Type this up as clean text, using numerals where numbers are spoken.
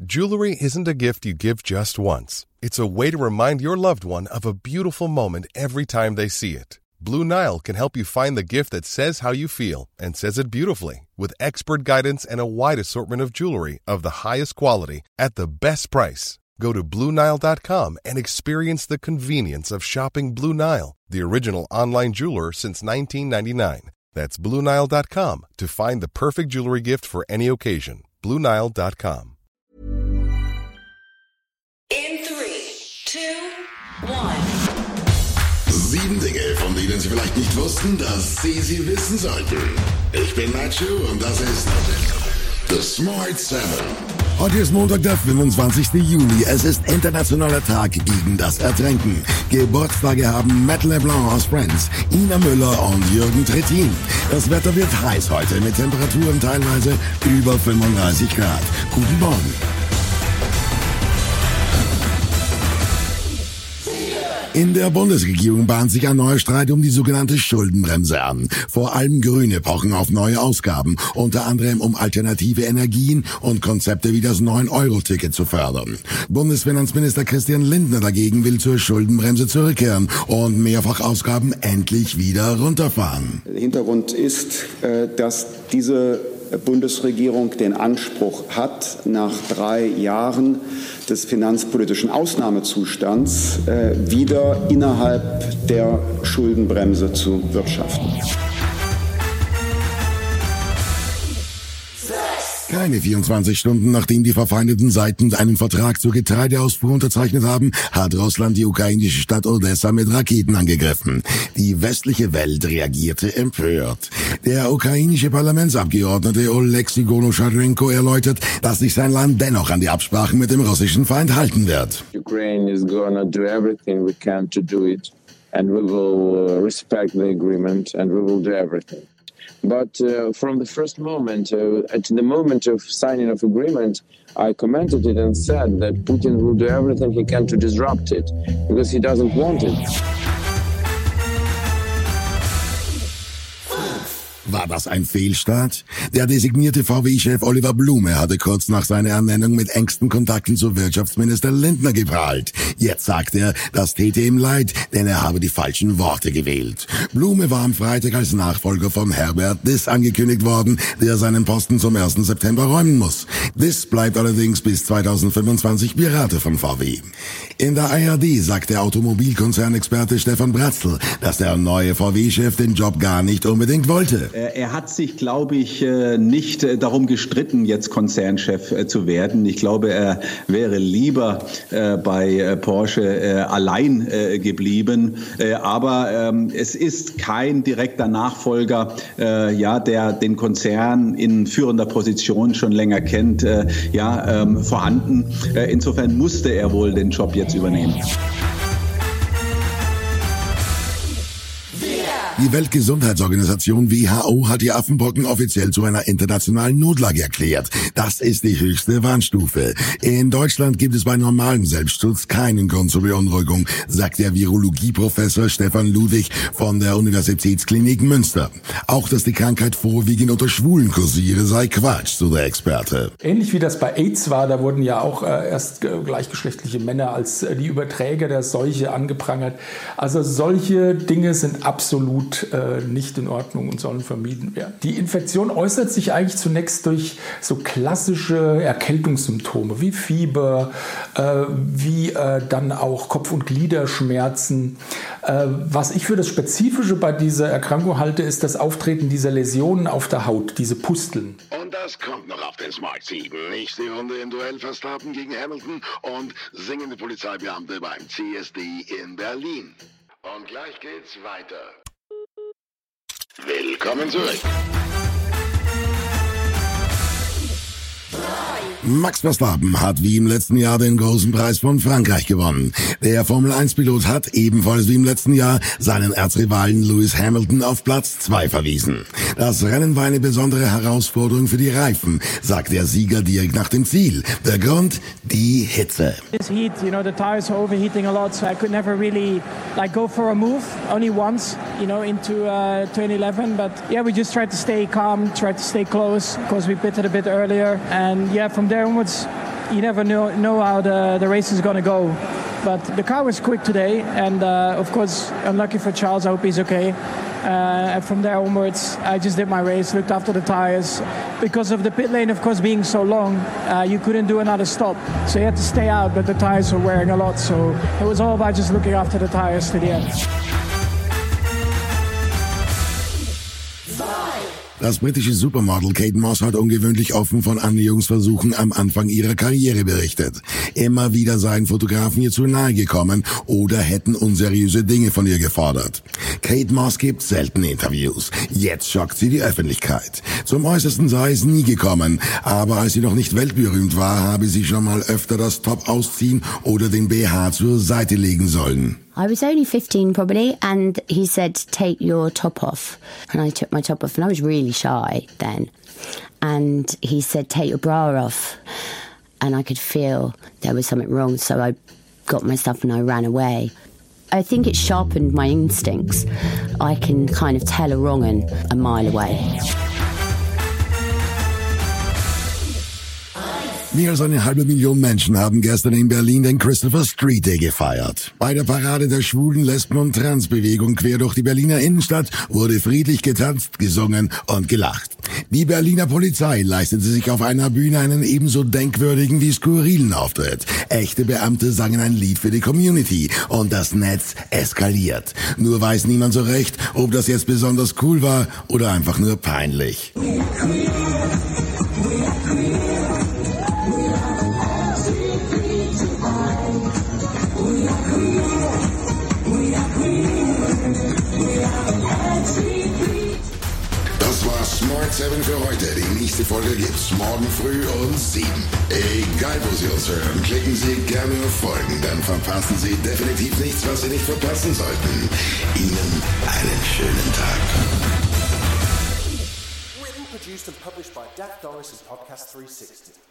Jewelry isn't a gift you give just once. It's a way to remind your loved one of a beautiful moment every time they see it. Blue Nile can help you find the gift that says how you feel and says it beautifully, with expert guidance and a wide assortment of jewelry of the highest quality at the best price. Go to BlueNile.com and experience the convenience of shopping Blue Nile, the original online jeweler since 1999. That's BlueNile.com to find the perfect jewelry gift for any occasion. BlueNile.com. In 3, 2, 1. 7 Dinge, von denen Sie vielleicht nicht wussten, dass Sie wissen sollten. Ich bin Nacho und das ist The Smart 7. Heute ist Montag, der 25. Juli. Es ist Internationaler Tag gegen das Ertränken. Geburtstage haben Matt LeBlanc aus Friends, Ina Müller und Jürgen Trittin. Das Wetter wird heiß heute mit Temperaturen teilweise über 35 Grad. Guten Morgen. In der Bundesregierung bahnt sich ein neuer Streit um die sogenannte Schuldenbremse an. Vor allem Grüne pochen auf neue Ausgaben, unter anderem um alternative Energien und Konzepte wie das 9-Euro-Ticket zu fördern. Bundesfinanzminister Christian Lindner dagegen will zur Schuldenbremse zurückkehren und Mehrfachausgaben endlich wieder runterfahren. Der Hintergrund ist, dass diese Bundesregierung den Anspruch hat, nach 3 Jahren des finanzpolitischen Ausnahmezustands wieder innerhalb der Schuldenbremse zu wirtschaften. Keine 24 Stunden nachdem die verfeindeten Seiten einen Vertrag zur Getreideausfuhr unterzeichnet haben, hat Russland die ukrainische Stadt Odessa mit Raketen angegriffen. Die westliche Welt reagierte empört. Der ukrainische Parlamentsabgeordnete Oleksiy Goloscharенko erläutert, dass sich sein Land dennoch an die Absprachen mit dem russischen Feind halten wird. Ukraine is gonna do everything we can to do it, and we will respect the agreement, and we will do everything. But from the first moment, at the moment of signing of agreement, I commented it and said that Putin will do everything he can to disrupt it, because he doesn't want it. War das ein Fehlstart? Der designierte VW-Chef Oliver Blume hatte kurz nach seiner Ernennung mit engsten Kontakten zu Wirtschaftsminister Lindner geprahlt. Jetzt sagt er, das täte ihm leid, denn er habe die falschen Worte gewählt. Blume war am Freitag als Nachfolger von Herbert Diss angekündigt worden, der seinen Posten zum 1. September räumen muss. Diss bleibt allerdings bis 2025 Berater von VW. In der ARD sagt der Automobilkonzernexperte Stefan Bratzl, dass der neue VW-Chef den Job gar nicht unbedingt wollte. Er hat sich, glaube ich, nicht darum gestritten, jetzt Konzernchef zu werden. Ich glaube, er wäre lieber bei Porsche allein geblieben. Aber es ist kein direkter Nachfolger, der den Konzern in führender Position schon länger kennt, vorhanden. Insofern musste er wohl den Job jetzt übernehmen. Die Weltgesundheitsorganisation WHO hat die Affenpocken offiziell zu einer internationalen Notlage erklärt. Das ist die höchste Warnstufe. In Deutschland gibt es bei normalem Selbstschutz keinen Grund zur Beunruhigung, sagt der Virologieprofessor Stefan Ludwig von der Universitätsklinik Münster. Auch, dass die Krankheit vorwiegend unter Schwulen kursiere, sei Quatsch, so der Experte. Ähnlich wie das bei AIDS war, da wurden ja auch erst gleichgeschlechtliche Männer als die Überträger der Seuche angeprangert. Also solche Dinge sind absolut nicht in Ordnung und sollen vermieden werden. Die Infektion äußert sich eigentlich zunächst durch so klassische Erkältungssymptome wie Fieber, wie dann auch Kopf- und Gliederschmerzen. Was ich für das Spezifische bei dieser Erkrankung halte, ist das Auftreten dieser Läsionen auf der Haut, diese Pusteln. Und das kommt noch auf den Smart 7. Nächste Runde im Duell Verstappen gegen Hamilton und singende Polizeibeamte beim CSD in Berlin. Und gleich geht's weiter. Willkommen zurück. Max Verstappen hat wie im letzten Jahr den großen Preis von Frankreich gewonnen. Der Formel-1-Pilot hat ebenfalls wie im letzten Jahr seinen Erzrivalen Lewis Hamilton auf Platz 2 verwiesen. Das Rennen war eine besondere Herausforderung für die Reifen, sagt der Sieger direkt nach dem Ziel. Der Grund? Die Hitze. This heat, the tires were overheating a lot, so I could never really go for a move. Only once, into turn 11. But yeah, we just tried to stay calm, tried to stay close, because we pitted a bit earlier. And yeah, from there onwards, you never know how the race is going to go. But the car was quick today, and of course, unlucky for Charles. I hope he's okay. And from there onwards, I just did my race, looked after the tires. Because of the pit lane, of course, being so long, you couldn't do another stop. So you had to stay out, but the tires were wearing a lot. So it was all about just looking after the tires to the end. Das britische Supermodel Kate Moss hat ungewöhnlich offen von Annäherungsversuchen am Anfang ihrer Karriere berichtet. Immer wieder seien Fotografen ihr zu nahe gekommen oder hätten unseriöse Dinge von ihr gefordert. Kate Moss gibt selten Interviews. Jetzt schockt sie die Öffentlichkeit. Zum Äußersten sei es nie gekommen, aber als sie noch nicht weltberühmt war, habe sie schon mal öfter das Top ausziehen oder den BH zur Seite legen sollen. I was only 15 probably, and he said, take your top off. And I took my top off, and I was really shy then. And he said, take your bra off. And I could feel there was something wrong, so I got my stuff and I ran away. I think it sharpened my instincts. I can kind of tell a wrong 'un a mile away. Mehr als 500.000 Menschen haben gestern in Berlin den Christopher Street Day gefeiert. Bei der Parade der Schwulen-, Lesben- und Transbewegung quer durch die Berliner Innenstadt wurde friedlich getanzt, gesungen und gelacht. Die Berliner Polizei leistete sich auf einer Bühne einen ebenso denkwürdigen wie skurrilen Auftritt. Echte Beamte sangen ein Lied für die Community und das Netz eskaliert. Nur weiß niemand so recht, ob das jetzt besonders cool war oder einfach nur peinlich. Smart 7 für heute. Die nächste Folge gibt's morgen früh um 7. Egal, wo Sie uns hören, klicken Sie gerne auf Folgen, dann verpassen Sie definitiv nichts, was Sie nicht verpassen sollten. Ihnen einen schönen Tag. Written, produced and published by Dak Norris and Podcast 360.